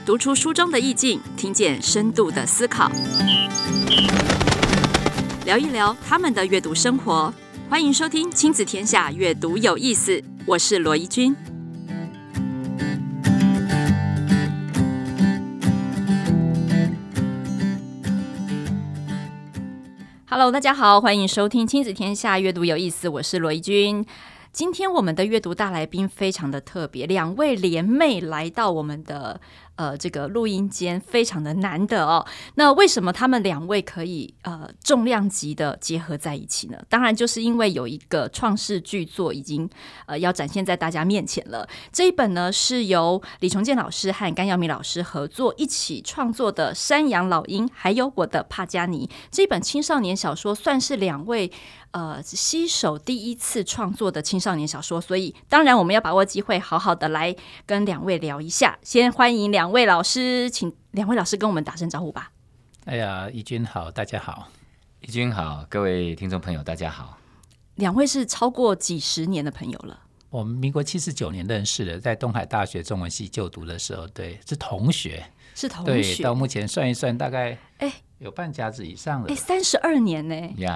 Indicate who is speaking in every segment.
Speaker 1: 读出书中的意境，听见深度的思考，聊一聊他们的阅读生活。欢迎收听亲子天下阅读有意思，我是罗怡君。Hello， 大家好，欢迎收听亲子天下阅读有意思，我是罗怡君。今天我们的阅读大来宾非常的特别，两位联袂来到我们的这个录音间，非常的难得哦。那为什么他们两位可以重量级的结合在一起呢？当然就是因为有一个创世巨作已经要展现在大家面前了。这一本呢是由李崇建老师和甘耀明老师合作一起创作的《山羊老鹰》还有我的帕加尼，这一本青少年小说算是两位携手第一次创作的青少年小说，所以当然我们要把握机会，好好的来跟两位聊一下。先欢迎两位老师，请两位老师跟我们打声招呼吧。
Speaker 2: 哎呀，怡君好，大家好。
Speaker 3: 怡君好，各位听众朋友大家好。
Speaker 1: 两位是超过几十年的朋友了。
Speaker 2: 我们民国79年认识的，在东海大学中文系就读的时候，对，是同学。对，到目前算一算，大概有半甲子以上了。
Speaker 1: 32年呢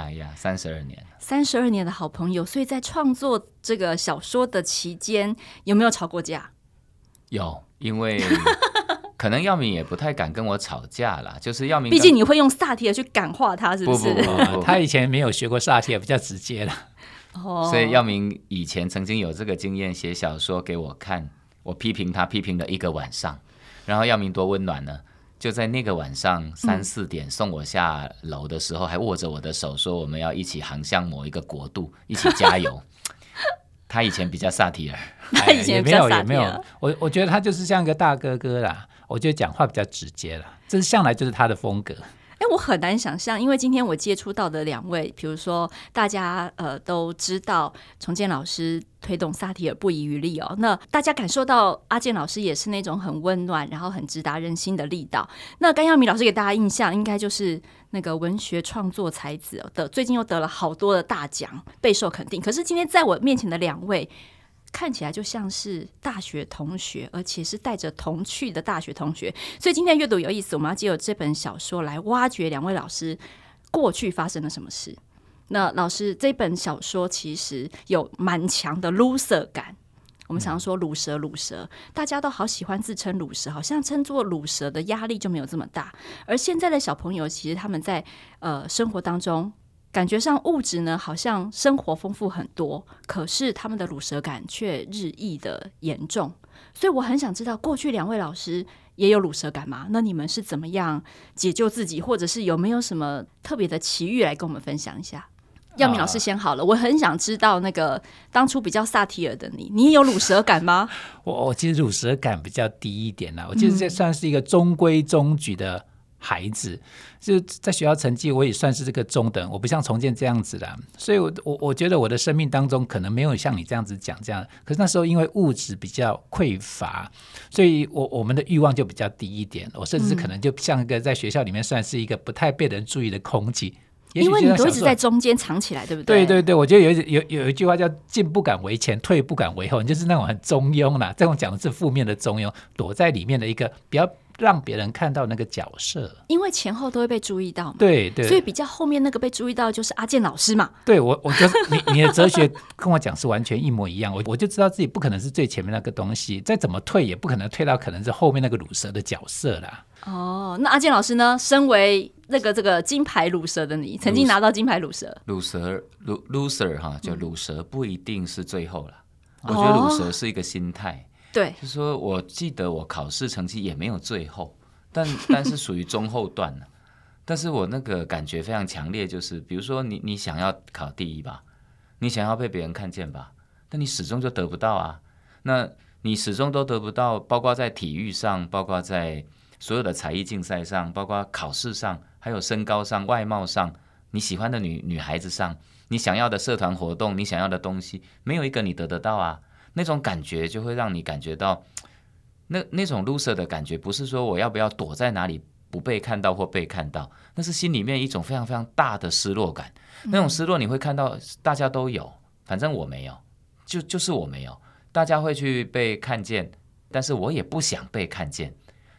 Speaker 3: ？32年
Speaker 1: ，32年的好朋友。所以在创作这个小说的期间，有没有吵过架？
Speaker 3: 有，因为可能耀明也不太敢跟我吵架啦，就是耀明，
Speaker 1: 毕竟你会用萨提尔去感化他，是不是？
Speaker 3: 不，
Speaker 2: 他以前没有学过萨提尔，比较直接了。
Speaker 3: 所以耀明以前曾经有这个经验，写小说给我看，我批评他，批评了一个晚上。然后耀明多温暖呢，就在那个晚上3、4点送我下楼的时候，还握着我的手说我们要一起航向某一个国度，一起加油。他以前比较萨提尔，
Speaker 1: 他以前比较萨提尔。
Speaker 2: 也没有，我觉得他就是像一个大哥哥啦，我觉得讲话比较直接啦，这是向来就是他的风格。
Speaker 1: 我很难想象，因为今天我接触到的两位，比如说大家都知道崇建老师推动萨提尔不遗余力哦，那大家感受到阿健老师也是那种很温暖，然后很直达人心的力道。那甘耀明老师给大家印象应该就是那个文学创作才子的，最近又得了好多的大奖，备受肯定。可是今天在我面前的两位，看起来就像是大学同学，而且是带着童趣的大学同学。所以今天阅读有意思，我们要借由这本小说来挖掘两位老师过去发生了什么事。那老师这本小说其实有蛮强的 loser 感，我们常说鲁蛇，大家都好喜欢自称鲁蛇，好像称作鲁蛇的压力就没有这么大。而现在的小朋友其实他们在生活当中感觉上物质呢好像生活丰富很多，可是他们的鲁蛇感却日益的严重。所以我很想知道，过去两位老师也有鲁蛇感吗？那你们是怎么样解救自己，或者是有没有什么特别的奇遇来跟我们分享一下？耀明老师先好了，我很想知道那个当初比较萨提尔的你也有鲁蛇感吗？
Speaker 2: 我其实鲁蛇感比较低一点啦，我其实这算是一个中规中矩的孩子，就在学校成绩我也算是这个中等，我不像崇建这样子啦，所以我觉得我的生命当中可能没有像你这样子讲这样，可是那时候因为物质比较匮乏，所以我们的欲望就比较低一点，我甚至可能就像一个在学校里面算是一个不太被人注意的空气。
Speaker 1: 因为你都一直在中间藏起来，对不对？
Speaker 2: 对，我觉得有一句话叫进不敢为前，退不敢为后，你就是那种很中庸啦，这种讲的是负面的中庸，躲在里面的一个不要让别人看到那个角色，
Speaker 1: 因为前后都会被注意到嘛。
Speaker 2: 对，
Speaker 1: 所以比较后面那个被注意到就是阿健老师嘛。
Speaker 2: 对，我就是你的哲学跟我讲是完全一模一样，我就知道自己不可能是最前面那个东西，再怎么退也不可能退到可能是后面那个鲁蛇的角色啦。
Speaker 1: 那阿健老师呢？身为这个金牌鲁蛇的你，曾经拿到金牌鲁蛇。
Speaker 3: loser 哈，就鲁蛇不一定是最后了。我觉得鲁蛇是一个心态。
Speaker 1: 对，
Speaker 3: 就是说我记得我考试成绩也没有最后，但是属于中后段了。但是我那个感觉非常强烈，就是比如说你想要考第一吧，你想要被别人看见吧，但你始终就得不到啊。那你始终都得不到，包括在体育上，包括在所有的才艺竞赛上，包括考试上，还有身高上、外貌上，你喜欢的女孩子上，你想要的社团活动，你想要的东西，没有一个你得得到啊。那种感觉就会让你感觉到那种 loser 的感觉，不是说我要不要躲在哪里不被看到或被看到，那是心里面一种非常非常大的失落感。那种失落你会看到大家都有，反正我没有，就是我没有。大家会去被看见，但是我也不想被看见。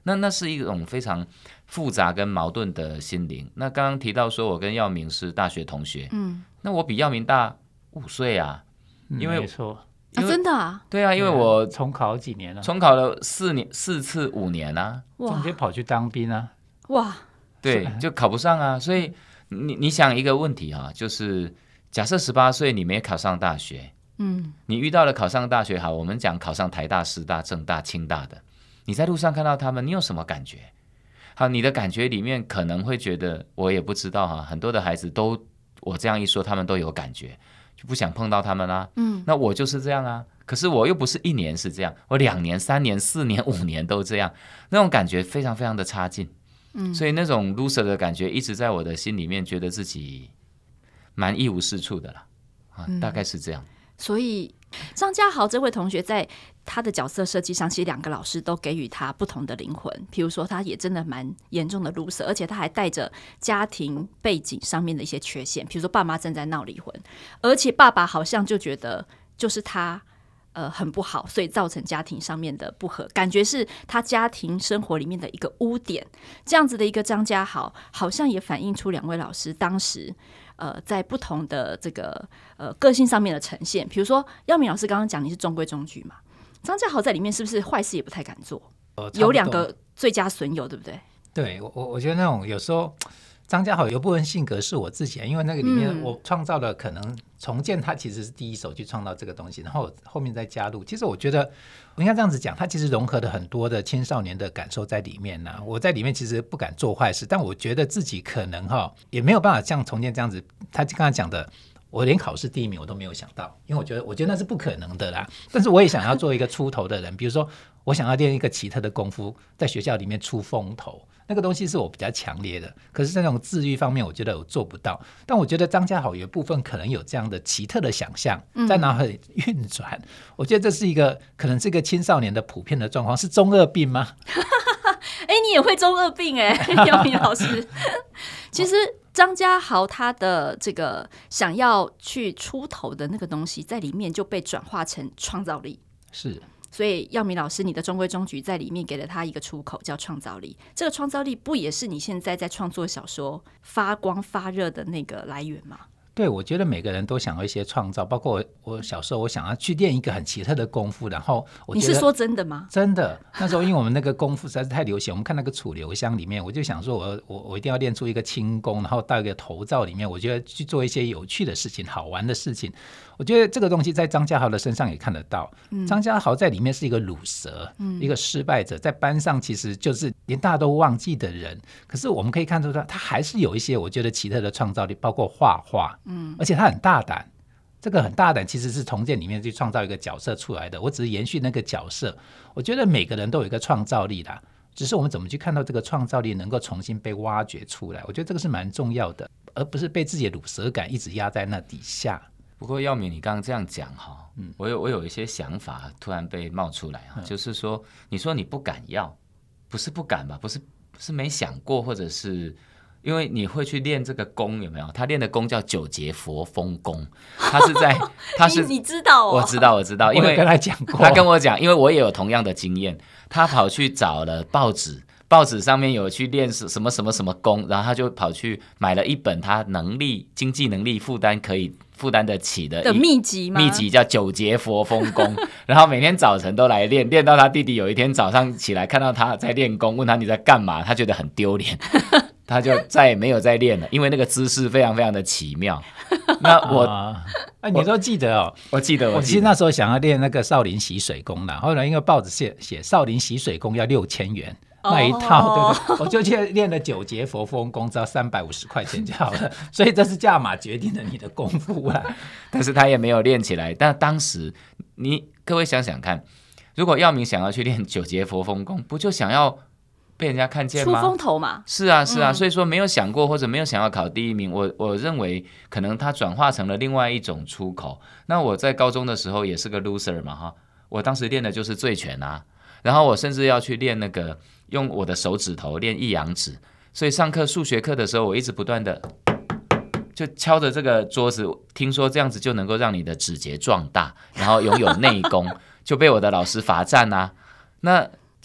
Speaker 3: 那是一种非常复杂跟矛盾的心灵。那刚刚提到说我跟耀明是大学同学，那我比耀明大5岁啊，因为
Speaker 2: 没错
Speaker 1: 真的啊？
Speaker 3: 对啊，因为我
Speaker 2: 重考几年了，
Speaker 3: 重考了4次5年啊，
Speaker 2: 中间跑去当兵啊，
Speaker 1: 哇，
Speaker 3: 对，就考不上啊。所以你想一个问题啊，就是假设18岁你没考上大学，你遇到了考上大学，好，我们讲考上台大、师大、政大、清大的，你在路上看到他们，你有什么感觉？好，你的感觉里面可能会觉得，我也不知道哈，很多的孩子都我这样一说，他们都有感觉，就不想碰到他们啊。那我就是这样啊，可是我又不是1年是这样，我2年、3年、4年、5年都这样，那种感觉非常非常的差劲。所以那种 loser 的感觉一直在我的心里面，觉得自己蛮一无是处的啦，大概是这样。
Speaker 1: 所以张家豪这位同学在他的角色设计上，其实2个老师都给予他不同的灵魂。比如说，他也真的蛮严重的 loser， 而且他还带着家庭背景上面的一些缺陷，比如说爸妈正在闹离婚，而且爸爸好像就觉得就是他很不好，所以造成家庭上面的不和，感觉是他家庭生活里面的一个污点。这样子的一个张家豪，好像也反映出2位老师当时在不同的这个个性上面的呈现。比如说耀明老师刚刚讲你是中规中矩嘛，张家豪在里面是不是坏事也不太敢做？有2个最佳损友，对不对？
Speaker 2: 对，我觉得那种有时候张家豪有部分性格是我自己，因为那个里面我创造了可能重建，他其实是第一手去创造这个东西，然后后面再加入。其实我觉得我应该这样子讲，他其实融合了很多的青少年的感受在里面啊。我在里面其实不敢做坏事，但我觉得自己可能也没有办法像重建这样子，他刚才讲的，我连考试第1名我都没有想到，因为我觉得那是不可能的啦。但是我也想要做一个出头的人，比如说我想要练一个奇特的功夫，在学校里面出风头，那个东西是我比较强烈的。可是在那种自律方面，我觉得我做不到。但我觉得张家豪有部分可能有这样的奇特的想象在脑海里运转。我觉得这是一个可能是一个青少年的普遍的状况，是中二病吗？
Speaker 1: 你也会中二病耀明老师。其实张家豪他的这个想要去出头的那个东西，在里面就被转化成创造力。
Speaker 2: 是。
Speaker 1: 所以耀明老师你的中规中矩在里面给了他一个出口，叫创造力。这个创造力不也是你现在在创作小说发光发热的那个来源吗？
Speaker 2: 对，我觉得每个人都想要一些创造，包括我小时候我想要去练一个很奇特的功夫，然后我觉得
Speaker 1: 你是说真的吗？
Speaker 2: 真的，那时候因为我们那个功夫实在是太流行，我们看那个楚留香里面，我就想说我一定要练出一个轻功，然后到一个头罩里面，我觉得去做一些有趣的事情，好玩的事情。我觉得这个东西在张家豪的身上也看得到。张家豪在里面是一个鲁蛇，一个失败者，在班上其实就是连大家都忘记的人。可是我们可以看出他还是有一些我觉得奇特的创造力，包括画画，而且他很大胆。这个很大胆其实是重建里面去创造一个角色出来的，我只是延续那个角色。我觉得每个人都有一个创造力啦，只是我们怎么去看到这个创造力能够重新被挖掘出来，我觉得这个是蛮重要的，而不是被自己的鲁蛇感一直压在那底下。
Speaker 3: 不过耀明你刚刚这样讲哈，我有一些想法突然被冒出来哈，就是说你说你不敢要，不是不敢吧，不是没想过，或者是因为你会去练这个功，有没有？他练的功叫九节佛风功，他是
Speaker 1: 你知道哦？
Speaker 3: 我知道，因为
Speaker 2: 跟他讲过，
Speaker 3: 他跟我讲，因为我也有同样的经验，他跑去找了报纸上面有去练什么什么什么功，然后他就跑去买了一本他经济能力可以负担得起的
Speaker 1: 秘籍吗？
Speaker 3: 秘籍叫九节佛风功，然后每天早晨都来练，练到他弟弟有一天早上起来看到他在练功，问他你在干嘛，他觉得很丢脸，他就再也没有再练了，因为那个姿势非常非常的奇妙。那
Speaker 2: 你都记得哦？
Speaker 3: 我记得。
Speaker 2: 我其实那时候想要练那个少林洗水功的，后来因为报纸写少林洗水功要6000元。那一套，对不对？我就去练了9节佛风功，只要350块钱就好了。所以这是价码决定了你的功夫啦。
Speaker 3: 但是他也没有练起来。但当时各位想想看，如果耀明想要去练9节佛风功，不就想要被人家看见吗？
Speaker 1: 出风头嘛。
Speaker 3: 是啊，所以说没有想过或者没有想要考第1名，我认为可能他转化成了另外一种出口。那我在高中的时候也是个 loser 嘛哈，我当时练的就是醉拳啊，然后我甚至要去练那个用我的手指头练一阳指，所以上课数学课的时候，我一直不断的就敲着这个桌子，听说这样子就能够让你的指节壮大，然后拥有内功，就被我的老师罚站啊。那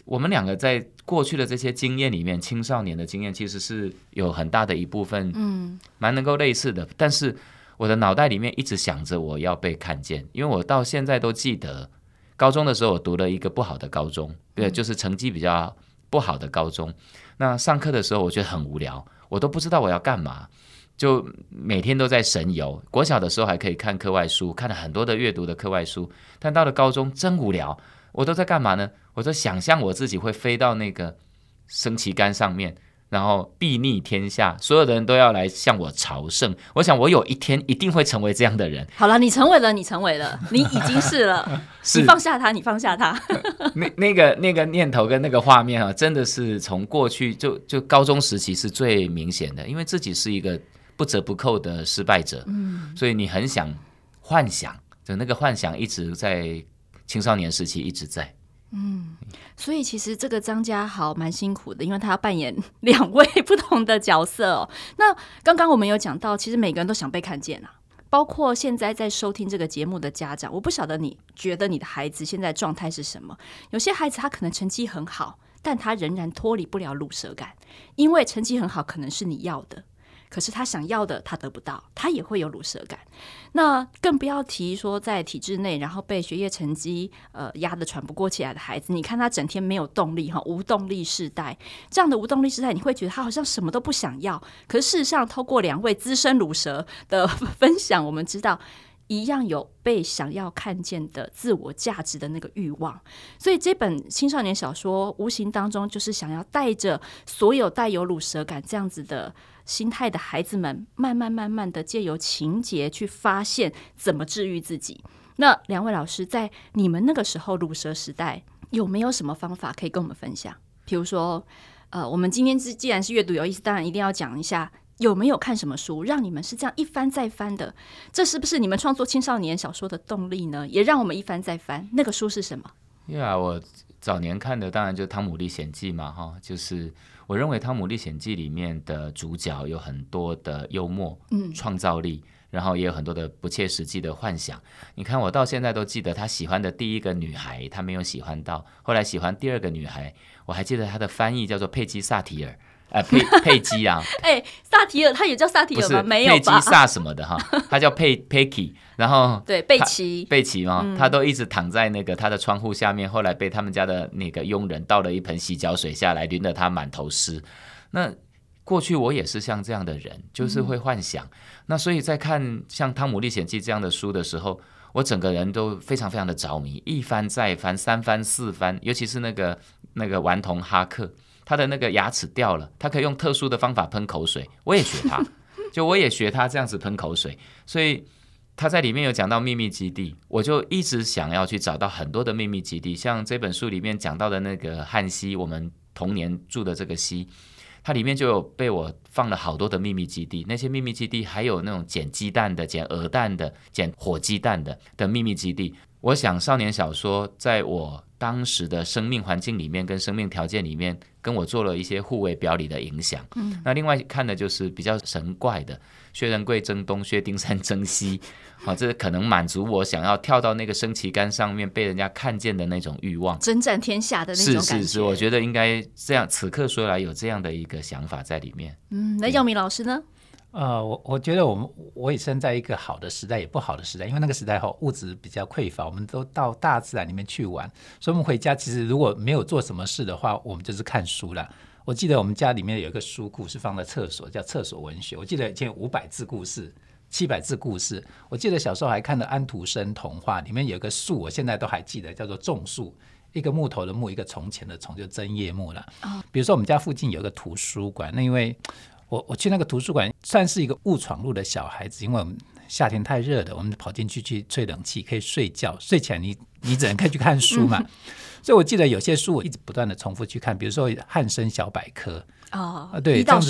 Speaker 3: 我们两个在过去的这些经验里面，青少年的经验其实是有很大的一部分蛮能够类似的，但是我的脑袋里面一直想着我要被看见，因为我到现在都记得高中的时候我读了一个不好的高中，对，就是成绩比较不好的高中。那上课的时候我觉得很无聊，我都不知道我要干嘛，就每天都在神游。国小的时候还可以看课外书，看了很多的阅读的课外书，但到了高中真无聊，我都在干嘛呢？我都想象我自己会飞到那个升旗杆上面，然后睥睨天下，所有的人都要来向我朝圣。我想我有一天一定会成为这样的人。
Speaker 1: 好了，你成为了，你已经是了，
Speaker 3: 是
Speaker 1: 你放下他，你放下他。
Speaker 3: 那个念头跟那个画面啊，真的是从过去就高中时期是最明显的，因为自己是一个不折不扣的失败者，所以你很想幻想，就那个幻想一直在青少年时期一直在。
Speaker 1: 所以其实这个张家豪蛮辛苦的，因为他要扮演2位不同的角色哦。那刚刚我们有讲到，其实每个人都想被看见啊，包括现在在收听这个节目的家长。我不晓得你觉得你的孩子现在状态是什么？有些孩子他可能成绩很好，但他仍然脱离不了鲁蛇感，因为成绩很好可能是你要的，可是他想要的他得不到，他也会有鲁蛇感。那更不要提说在体制内，然后被学业成绩压得喘不过气来的孩子，你看他整天没有动力，无动力世代，这样的无动力世代，你会觉得他好像什么都不想要。可是事实上，透过2位资深鲁蛇的分享，我们知道一样有被想要看见的自我价值的那个欲望。所以这本青少年小说无形当中就是想要带着所有带有鲁蛇感这样子的心态的孩子们，慢慢的借由情节去发现怎么治愈自己。那2位老师在你们那个时候鲁蛇时代有没有什么方法可以跟我们分享？比如说我们今天既然是阅读有意思，当然一定要讲一下有没有看什么书让你们是这样一翻再翻的，这是不是你们创作青少年小说的动力呢？也让我们一翻再翻。那个书是什么？
Speaker 3: 我早年看的当然就《汤姆历险记》嘛，就是我认为《汤姆历险记》里面的主角有很多的幽默、创造力，然后也有很多的不切实际的幻想。你看我到现在都记得他喜欢的第一个女孩他没有喜欢到，后来喜欢第2个女孩，我还记得他的翻译叫做佩姬萨提尔，佩姬啊，
Speaker 1: 萨提尔，他也叫萨提尔吗？没有吧？
Speaker 3: 佩姬萨什么的哈，他叫佩奇，然后
Speaker 1: 对贝奇
Speaker 3: 嘛，他都一直躺在那个他的窗户下面，后来被他们家的那个佣人倒了一盆洗脚水下来，淋得他满头湿。那过去我也是像这样的人，就是会幻想。那所以在看像《汤姆历险记》这样的书的时候，我整个人都非常非常的着迷，一翻再翻，3翻4翻，尤其是那个顽童哈克。他的那个牙齿掉了，他可以用特殊的方法喷口水，我也学他，我也学他这样子喷口水。所以他在里面有讲到秘密基地，我就一直想要去找到很多的秘密基地，像这本书里面讲到的那个汉溪，我们童年住的这个溪，它里面就有被我放了好多的秘密基地，那些秘密基地还有那种捡鸡蛋的、捡鹅蛋的、捡火鸡蛋的秘密基地。我想少年小说在我当时的生命环境里面跟生命条件里面跟我做了一些互为表里的影响。那另外看的就是比较神怪的，薛仁贵征东，薛丁山征西，这可能满足我想要跳到那个升旗杆上面被人家看见的那种欲望，
Speaker 1: 征战天下的那种感觉。
Speaker 3: 是，我觉得应该这样，此刻说来有这样的一个想法在里面。
Speaker 1: 那耀明老师呢？
Speaker 2: 我觉得我也生在一个好的时代也不好的时代，因为那个时代物质比较匮乏，我们都到大自然里面去玩，所以我们回家其实如果没有做什么事的话，我们就是看书啦。我记得我们家里面有一个书库是放在厕所，叫厕所文学，我记得以前有500字故事700字故事。我记得小时候还看了安徒生童话，里面有一个树我现在都还记得，叫做种树，一个木头的木，一个从前的从，就针叶木了。比如说我们家附近有一个图书馆，那因为我去那个图书馆算是一个误闯入的小孩子，因为我们夏天太热了，我们跑进去吹冷气，可以睡觉，睡起来你只能可以去看书嘛。所以我记得有些书我一直不断的重复去看，比如说汉生小百科对，1到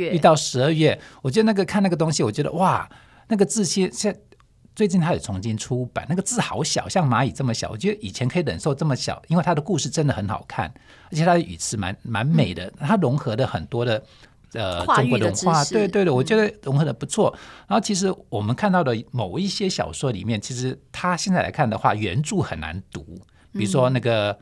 Speaker 2: 12月，我觉得看那个东西，我觉得哇，那个字最近它也重新出版，那个字好小，像蚂蚁这么小，我觉得以前可以忍受这么小，因为它的故事真的很好看，而且它的语词蛮美的，它融合了很多的中国的文化，对，我觉得融合的不错。然后其实我们看到的某一些小说里面，其实它现在来看的话，原著很难读，比如说那个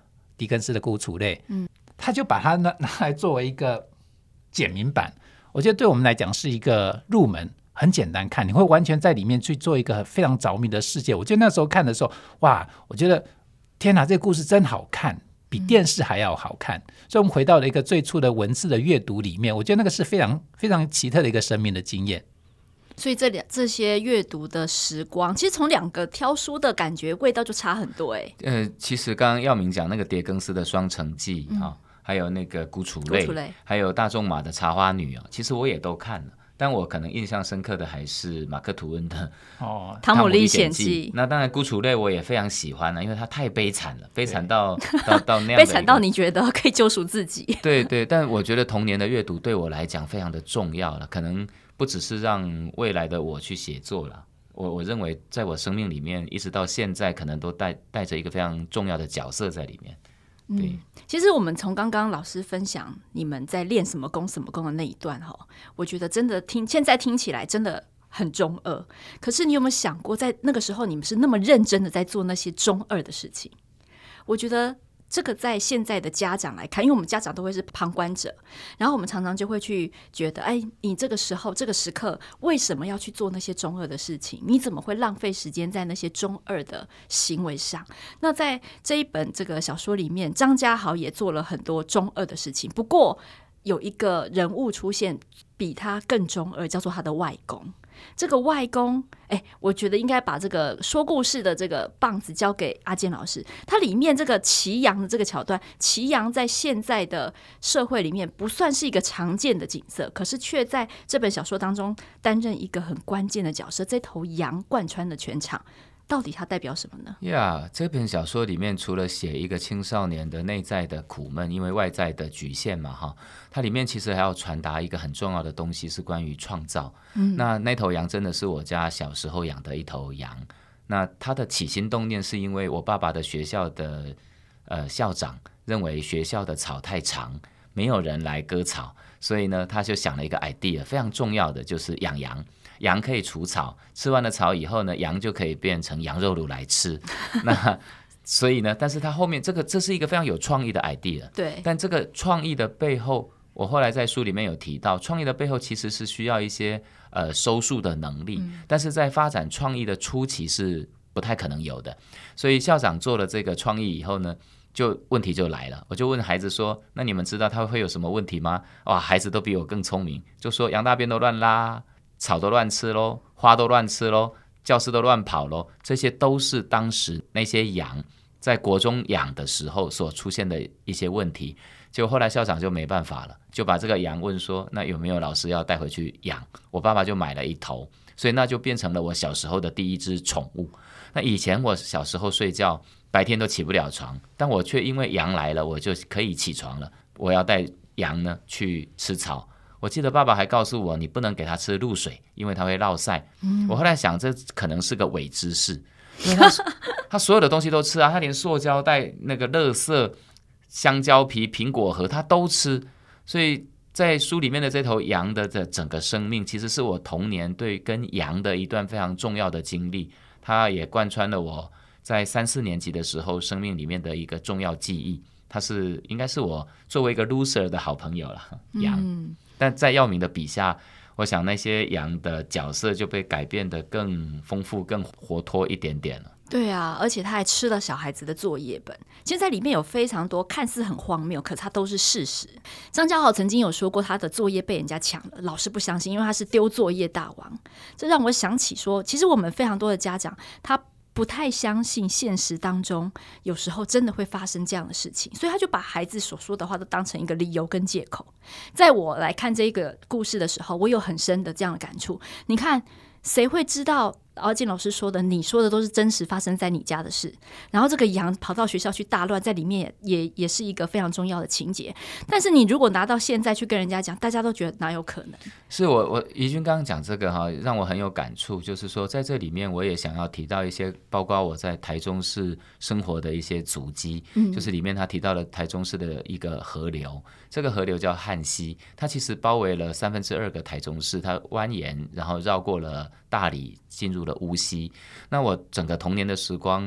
Speaker 2: 狄更斯的孤雏类，他就把它拿来作为一个简明版，我觉得对我们来讲是一个入门，很简单看，你会完全在里面去做一个非常着迷的世界。我觉得那时候看的时候，哇，我觉得天哪，这个故事真好看，比电视还要好看。所以我们回到了一个最初的文字的阅读里面，我觉得那个是非常非常奇特的一个生命的经验。
Speaker 1: 所以这些阅读的时光，其实从两个挑书的感觉味道就差很多
Speaker 3: 其实刚刚耀明讲那个狄更斯的《双城记》还有那个孤雏类，还有大仲马的《茶花女》其实我也都看了。但我可能印象深刻的还是马克吐温的
Speaker 1: 《汤姆历险记》。
Speaker 3: 那当然，孤雏类我也非常喜欢因为它太悲惨了，悲惨到那样的
Speaker 1: 悲惨到你觉得可以救赎自己。
Speaker 3: 对对，但我觉得童年的阅读对我来讲非常的重要了，可能不只是让未来的我去写作了。我认为在我生命里面，一直到现在，可能都带着一个非常重要的角色在里面。对，
Speaker 1: 其实我们从刚刚老师分享你们在练什么功的那一段我觉得真的现在听起来真的很中二。可是你有没有想过，在那个时候你们是那么认真的在做那些中二的事情？我觉得这个在现在的家长来看，因为我们家长都会是旁观者，然后我们常常就会去觉得，你这个时候这个时刻为什么要去做那些中二的事情？你怎么会浪费时间在那些中二的行为上？那在这一本这个小说里面，张家豪也做了很多中二的事情，不过有一个人物出现比他更中二，叫做他的外公。这个外公，我觉得应该把这个说故事的这个棒子交给阿健老师。它里面这个骑羊的这个桥段，骑羊在现在的社会里面不算是一个常见的景色，可是却在这本小说当中担任一个很关键的角色。这头羊贯穿了全场，到底它代表什么呢？
Speaker 3: 这本小说里面除了写一个青少年的内在的苦闷，因为外在的局限嘛它里面其实还要传达一个很重要的东西，是关于创造。那头羊真的是我家小时候养的一头羊。那它的起心动念是因为我爸爸的学校的校长认为学校的草太长，没有人来割草，所以呢他就想了一个 idea， 非常重要的就是养羊。羊可以除草，吃完了草以后呢，羊就可以变成羊肉炉来吃。那所以呢，但是它后面这是一个非常有创意的 idea。
Speaker 1: 对，
Speaker 3: 但这个创意的背后，我后来在书里面有提到，创意的背后其实是需要一些收束的能力，但是在发展创意的初期是不太可能有的。所以校长做了这个创意以后呢，问题就来了。我就问孩子说，那你们知道他会有什么问题吗？哇，孩子都比我更聪明，就说羊大便都乱拉，草都乱吃咯，花都乱吃咯，教室都乱跑咯，这些都是当时那些羊在国中养的时候所出现的一些问题。结果后来校长就没办法了，就把这个羊问说，那有没有老师要带回去养？我爸爸就买了一头，所以那就变成了我小时候的第一只宠物。那以前我小时候睡觉白天都起不了床，但我却因为羊来了，我就可以起床了。我要带羊呢去吃草，我记得爸爸还告诉我，你不能给它吃露水，因为它会落晒。我后来想，这可能是个伪知识，因为他所有的东西都吃啊，他连塑胶袋、那个垃圾、香蕉皮、苹果核他都吃。所以在书里面的这头羊的整个生命，其实是我童年对跟羊的一段非常重要的经历，它也贯穿了我在3、4年级的时候生命里面的一个重要记忆。它应该是我作为一个 loser 的好朋友了，羊。但在耀明的笔下，我想那些羊的角色就被改变得更丰富、更活脱一点点了。
Speaker 1: 对啊，而且他还吃了小孩子的作业本。其实在里面有非常多看似很荒谬，可它都是事实。张家豪曾经有说过，他的作业被人家抢了，老师不相信，因为他是丢作业大王。这让我想起说，其实我们非常多的家长，他不太相信现实当中有时候真的会发生这样的事情，所以他就把孩子所说的话都当成一个理由跟借口。在我来看这个故事的时候，我有很深的这样的感触。你看，谁会知道阿健老师说的，你说的都是真实发生在你家的事，然后这个羊跑到学校去大乱，在里面也是一个非常重要的情节。但是你如果拿到现在去跟人家讲，大家都觉得哪有可能。
Speaker 3: 是我怡君刚刚讲这个让我很有感触，就是说在这里面我也想要提到一些包括我在台中市生活的一些足迹。就是里面他提到了台中市的一个河流，这个河流叫旱溪，它其实包围了2/3个台中市，它蜿蜒然后绕过了大里，进入了乌溪。那我整个童年的时光，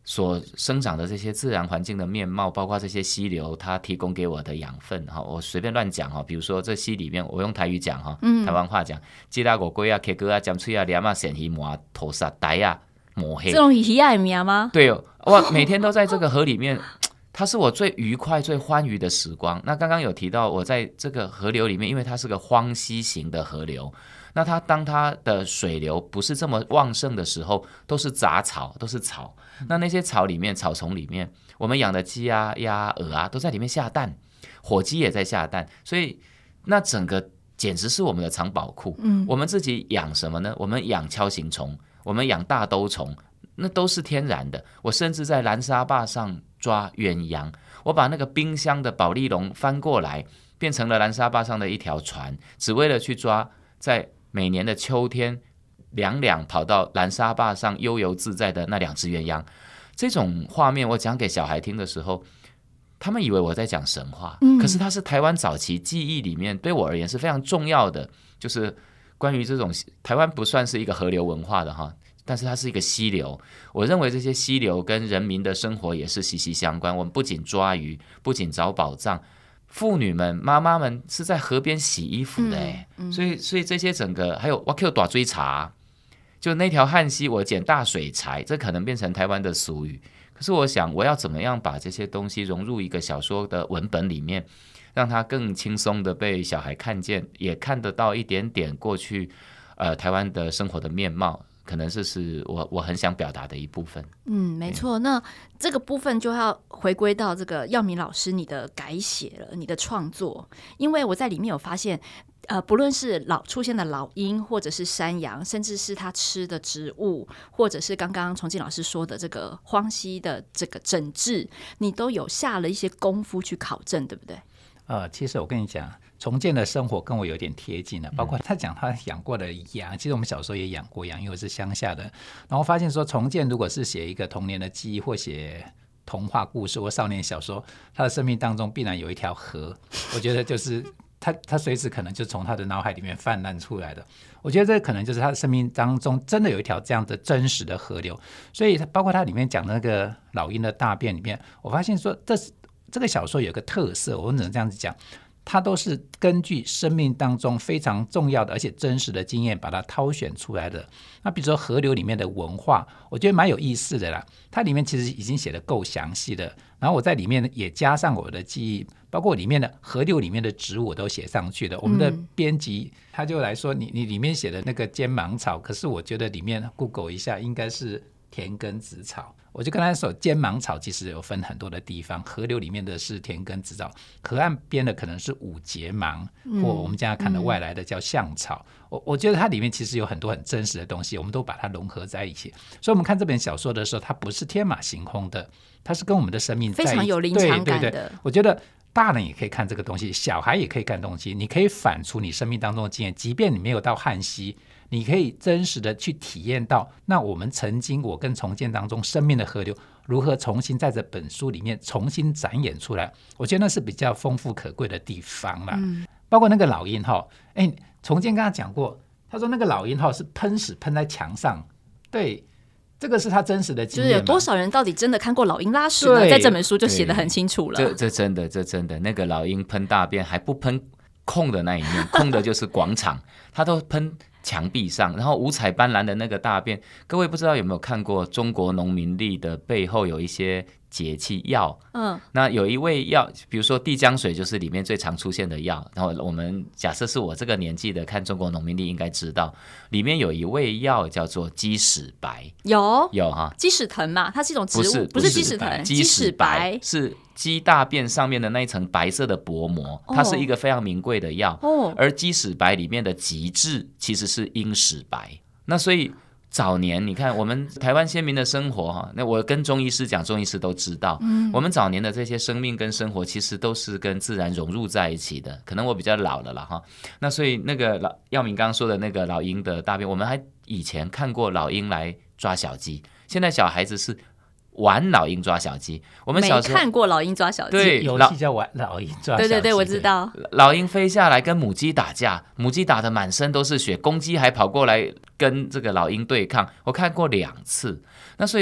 Speaker 3: 所生长的这些自然环境的面貌，包括这些溪流它提供给我的养分，我随便乱讲，比如说这溪里面，我用台语讲，台湾话讲，鸡拉狗龟啊、K 哥啊、尖脆啊、鲢啊、鳝鱼、毛啊、头沙、呆啊、抹黑，
Speaker 1: 这种鱼爱名吗？
Speaker 3: 对，我每天都在这个河里面，它是我最愉快、最欢愉的时光。那刚刚有提到，我在这个河流里面，因为它是个荒溪型的河流，那当它的水流不是这么旺盛的时候，都是杂草，都是草。那些草里面、草丛里面，我们养的鸡啊、鸭、鹅啊，都在里面下蛋，火鸡也在下蛋，所以那整个简直是我们的藏宝库。我们自己养什么呢？我们养锹形虫，我们养大兜虫，那都是天然的。我甚至在蓝沙坝上抓鸳鸯，我把那个冰箱的保丽龙翻过来，变成了蓝沙坝上的一条船，只为了去抓在每年的秋天两两跑到蓝沙坝上悠游自在的那2只鸳鸯。这种画面我讲给小孩听的时候，他们以为我在讲神话，可是它是台湾早期记忆里面对我而言是非常重要的，就是关于这种台湾不算是一个河流文化的哈，但是它是一个溪流。我认为这些溪流跟人民的生活也是息息相关。我们不仅抓鱼，不仅找宝藏，妇女们、妈妈们是在河边洗衣服的所以这些整个还有我 Q 大追茶，就那条旱溪，我捡大水柴，这可能变成台湾的俗语。可是我想，我要怎么样把这些东西融入一个小说的文本里面，让它更轻松的被小孩看见，也看得到一点点过去台湾的生活的面貌。可能这是我很想表达的一部分。
Speaker 1: 没错。那这个部分就要回归到这个耀明老师你的改写了，你的创作。因为我在里面有发现，不论是出现的老鹰，或者是山羊，甚至是他吃的植物，或者是刚刚崇敬老师说的这个荒溪的这个整治，你都有下了一些功夫去考证，对不对？
Speaker 2: 其实我跟你讲，重建的生活跟我有点贴近了，包括他讲他养过的羊，其实我们小时候也养过羊，因为我是乡下的。然后发现说，重建如果是写一个童年的记忆，或写童话故事或少年小说，他的生命当中必然有一条河，我觉得就是他随时可能就从他的脑海里面泛滥出来的。我觉得这可能就是他的生命当中真的有一条这样的真实的河流。所以包括他里面讲的那个老鹰的大便里面，我发现说这个小说有一个特色，我只能这样子讲，它都是根据生命当中非常重要的而且真实的经验把它挑选出来的。那比如说河流里面的文化，我觉得蛮有意思的啦，它里面其实已经写得够详细的，然后我在里面也加上我的记忆，包括里面的河流里面的植物我都写上去的。我们的编辑他就来说，你里面写的那个尖芒草，可是我觉得里面 Google 一下应该是田根子草。我就跟他说，尖芒草其实有分很多的地方，河流里面的是田根子草，河岸边的可能是五节芒，或我们家看的外来的叫象草。我觉得它里面其实有很多很真实的东西，我们都把它融合在一起。所以我们看这本小说的时候，它不是天马行空的，它是跟我们的生命在一起，
Speaker 1: 非常有临场感的。
Speaker 2: 对，我觉得大人也可以看这个东西，小孩也可以看东西，你可以反刍你生命当中的经验，即便你没有到旱溪，你可以真实的去体验到，那我们曾经我跟重建当中生命的河流如何重新在这本书里面重新展演出来，我觉得那是比较丰富可贵的地方啦。包括那个老鹰重建刚刚讲过，他说那个老鹰是喷屎喷在墙上，对，这个是他真实的经验嘛，
Speaker 1: 就是有多少人到底真的看过老鹰拉屎呢？在这本书就写得很清楚了。
Speaker 3: 这真的，那个老鹰喷大便还不喷空的那一面，空的就是广场，他都喷墙壁上，然后五彩斑斓的那个大便，各位不知道有没有看过中国农民历的背后有一些节气药，那有一味药，比如说地浆水就是里面最常出现的药，然后我们假设是我这个年纪的看中国农民历应该知道，里面有一味药叫做鸡屎白，有哈，
Speaker 1: 鸡屎藤嘛，它是一种植物，不是鸡屎藤，鸡屎白
Speaker 3: 是鸡大便上面的那一层白色的薄膜，它是一个非常名贵的药，而鸡屎白里面的极致其实是鹰屎白。那所以早年你看我们台湾先民的生活，那我跟中医师讲，中医师都知道，我们早年的这些生命跟生活其实都是跟自然融入在一起的。可能我比较老了啦，那所以那个耀明刚刚说的那个老鹰的大便，我们还以前看过老鹰来抓小鸡，现在小孩子是玩老鹰抓小鸡，我们小时候
Speaker 1: 没看过老鹰抓小鸡，
Speaker 2: 对，游戏叫玩老鹰抓小鸡，
Speaker 1: 对，我知道。
Speaker 3: 老鹰飞下来跟母鸡打架，母鸡打得满身都是血，公鸡还跑过来跟这个老鹰对抗，我看过2次。那所以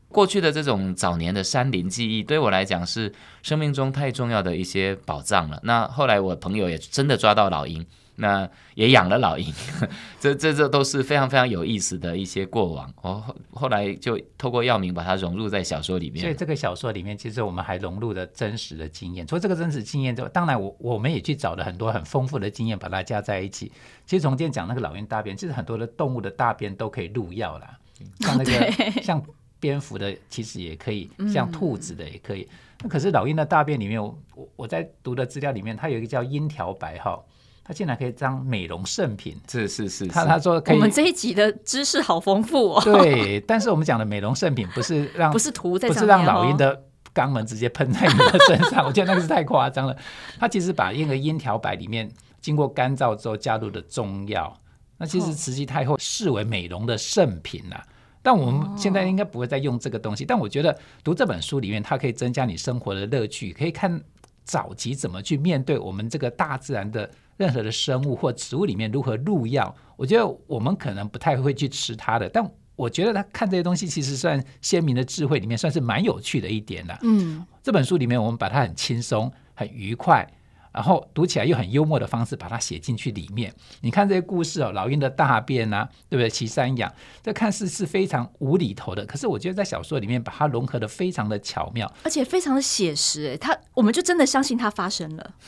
Speaker 3: 过去的这种早年的山林记忆，对我来讲是生命中太重要的一些宝藏了。那后来我朋友也真的抓到老鹰，那也养了老鹰，这都是非常非常有意思的一些过往。我后来就透过耀明把它融入在小说里面。
Speaker 2: 所以这个小说里面，其实我们还融入了真实的经验。除了这个真实经验之后，当然我们也去找了很多很丰富的经验，把它加在一起。其实从今天讲那个老鹰大便，其实很多的动物的大便都可以入药啦，像那个像蝙蝠的其实也可以，像兔子的也可以。那可是老鹰的大便里面，我在读的资料里面，它有一个叫鹰条白哈。它竟然可以当美容圣品，
Speaker 3: 是
Speaker 2: 他说可以。
Speaker 1: 我们这一集的知识好丰富哦。
Speaker 2: 对，但是我们讲的美容圣品不是
Speaker 1: 涂在上面，
Speaker 2: 不是让老鹰的肛门直接喷在你的身上，我觉得那个是太夸张了。它其实把那个鹰条白里面经过干燥之后加入的中药，那其实慈禧太后视为美容的圣品啦。但我们现在应该不会再用这个东西，但我觉得读这本书里面，它可以增加你生活的乐趣，可以看早期怎么去面对我们这个大自然的任何的生物或植物里面如何入药。我觉得我们可能不太会去吃它的，但我觉得他看这些东西其实算先民的智慧里面算是蛮有趣的一点的。这本书里面我们把它很轻松很愉快，然后读起来又很幽默的方式把它写进去里面。你看这些故事老鹰的大便啊，对不对？骑山羊，这看似是非常无厘头的，可是我觉得在小说里面把它融合的非常的巧妙，
Speaker 1: 而且非常的写实。我们就真的相信它发生了。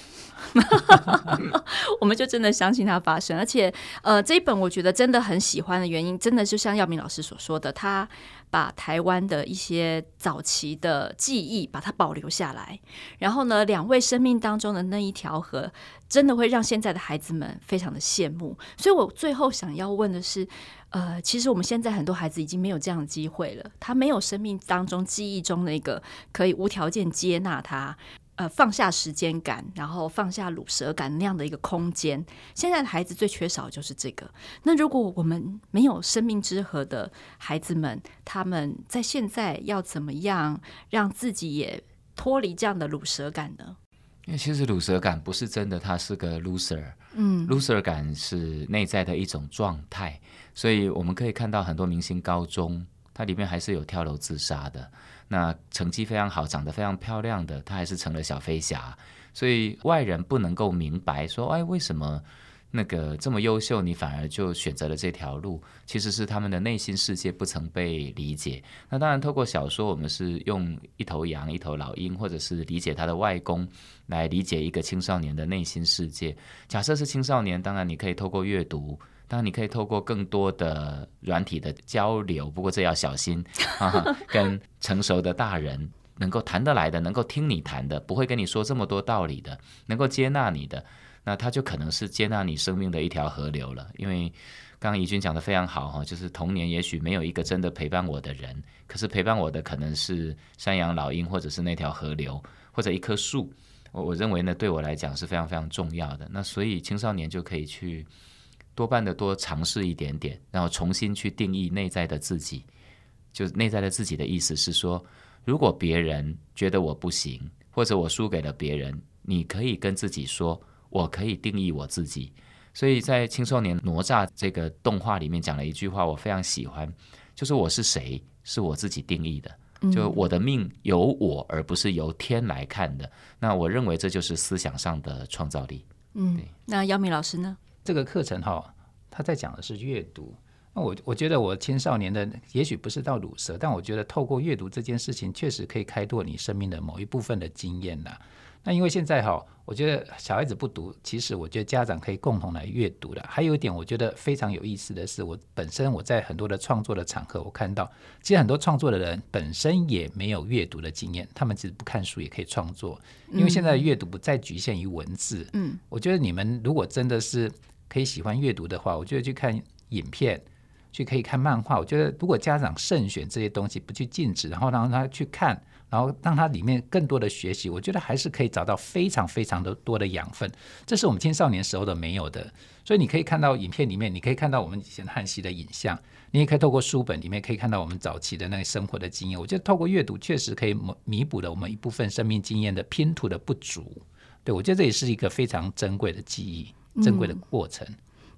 Speaker 1: 我们就真的相信它发生。而且这一本我觉得真的很喜欢的原因，真的就像耀明老师所说的，他把台湾的一些早期的记忆把它保留下来，然后呢两位生命当中的那一条河真的会让现在的孩子们非常的羡慕。所以我最后想要问的是其实我们现在很多孩子已经没有这样的机会了，他没有生命当中记忆中那个可以无条件接纳他放下时间感，然后放下鲁蛇感那样的一个空间。现在的孩子最缺少的就是这个。那如果我们没有生命之河的孩子们，他们在现在要怎么样让自己也脱离这样的鲁蛇感呢？
Speaker 3: 因为其实鲁蛇感不是真的他是个 loser，loser 感是内在的一种状态。所以我们可以看到很多明星高中它里面还是有跳楼自杀的，那成绩非常好长得非常漂亮的他还是成了小飞侠。所以外人不能够明白说为什么那个这么优秀你反而就选择了这条路，其实是他们的内心世界不曾被理解。那当然透过小说我们是用一头羊一头老鹰，或者是理解他的外公来理解一个青少年的内心世界。假设是青少年，当然你可以透过阅读，当然你可以透过更多的软体的交流，不过这要小心跟成熟的大人能够谈得来的，能够听你谈的，不会跟你说这么多道理的，能够接纳你的，那他就可能是接纳你生命的一条河流了。因为刚刚怡君讲得非常好，就是童年也许没有一个真的陪伴我的人，可是陪伴我的可能是山羊老鹰，或者是那条河流，或者一棵树。我认为呢对我来讲是非常非常重要的。那所以青少年就可以去多半的多尝试一点点，然后重新去定义内在的自己。就是内在的自己的意思是说，如果别人觉得我不行，或者我输给了别人，你可以跟自己说我可以定义我自己。所以在青少年哪吒这个动画里面讲了一句话我非常喜欢，就是我是谁是我自己定义的，就我的命由我而不是由天来看的。那我认为这就是思想上的创造力。
Speaker 1: 那耀明老师呢？
Speaker 2: 这个课程他在讲的是阅读。我觉得我青少年的也许不是到鲁蛇，但我觉得透过阅读这件事情确实可以开拓你生命的某一部分的经验啦。那因为现在我觉得小孩子不读，其实我觉得家长可以共同来阅读的。还有一点我觉得非常有意思的是，我在很多的创作的场合我看到，其实很多创作的人本身也没有阅读的经验，他们其实不看书也可以创作。因为现在的阅读不再局限于文字。我觉得你们如果真的是可以喜欢阅读的话，我觉得去看影片，可以看漫画。我觉得如果家长慎选这些东西，不去禁止，然后让他去看，然后让他里面更多的学习，我觉得还是可以找到非常非常的多的养分，这是我们青少年时候的没有的。所以你可以看到影片里面，你可以看到我们以前汉戏的影像，你也可以透过书本里面可以看到我们早期的那个生活的经验。我觉得透过阅读确实可以弥补了我们一部分生命经验的拼图的不足。对，我觉得这也是一个非常珍贵的记忆，珍贵的过程。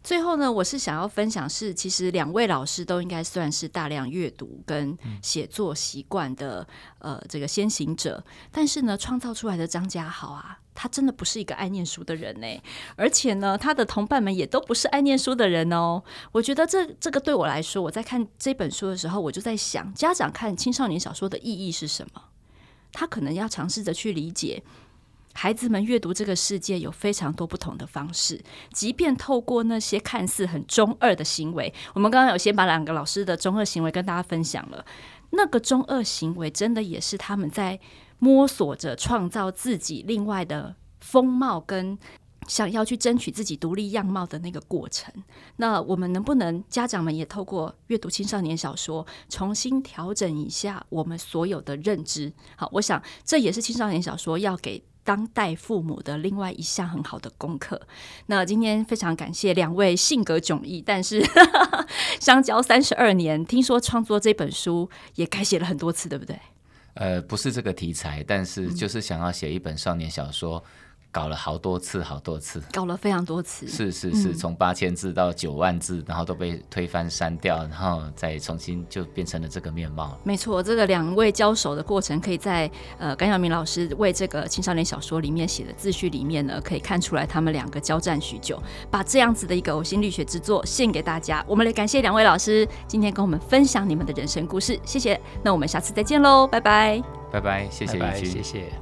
Speaker 1: 最后呢，我是想要分享是，其实两位老师都应该算是大量阅读跟写作习惯的这个先行者，但是呢，创造出来的张家豪啊，他真的不是一个爱念书的人呢，而且呢，他的同伴们也都不是爱念书的人哦。我觉得这个对我来说，我在看这本书的时候，我就在想，家长看青少年小说的意义是什么？他可能要尝试着去理解。孩子们阅读这个世界有非常多不同的方式，即便透过那些看似很中二的行为，我们刚刚有先把两个老师的中二行为跟大家分享了，那个中二行为真的也是他们在摸索着创造自己另外的风貌跟想要去争取自己独立样貌的那个过程。那我们能不能家长们也透过阅读青少年小说重新调整一下我们所有的认知？好，我想这也是青少年小说要给当代父母的另外一项很好的功课。那今天非常感谢两位性格迥异，但是相交32年，听说创作这本书也改写了很多次，对不对？
Speaker 3: 不是这个题材，但是就是想要写一本少年小说，搞了好多次，搞了
Speaker 1: 非常多次，
Speaker 3: 是，从8000字到9万字，然后都被推翻删掉，然后再重新就变成了这个面貌。
Speaker 1: 没错，这个两位交手的过程，可以在甘耀明老师为这个青少年小说里面写的自序里面呢，可以看出来他们两个交战许久，把这样子的一个呕心沥血之作献给大家。我们来感谢两位老师今天跟我们分享你们的人生故事，谢谢。那我们下次再见喽，拜拜，
Speaker 3: 拜拜，谢谢玉君，
Speaker 2: 谢谢。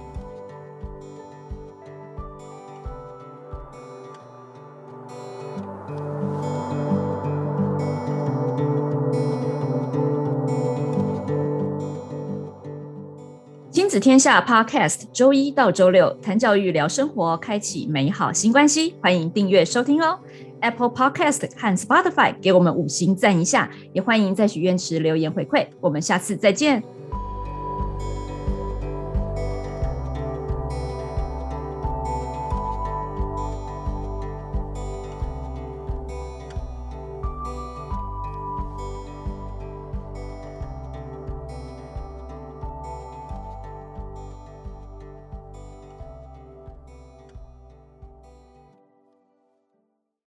Speaker 1: 亲子天下 Podcast 周一到周六谈教育聊生活，开启美好新关系，欢迎订阅收听哦。Apple Podcast 和 Spotify 给我们5星赞一下，也欢迎在许愿池留言回馈，我们下次再见。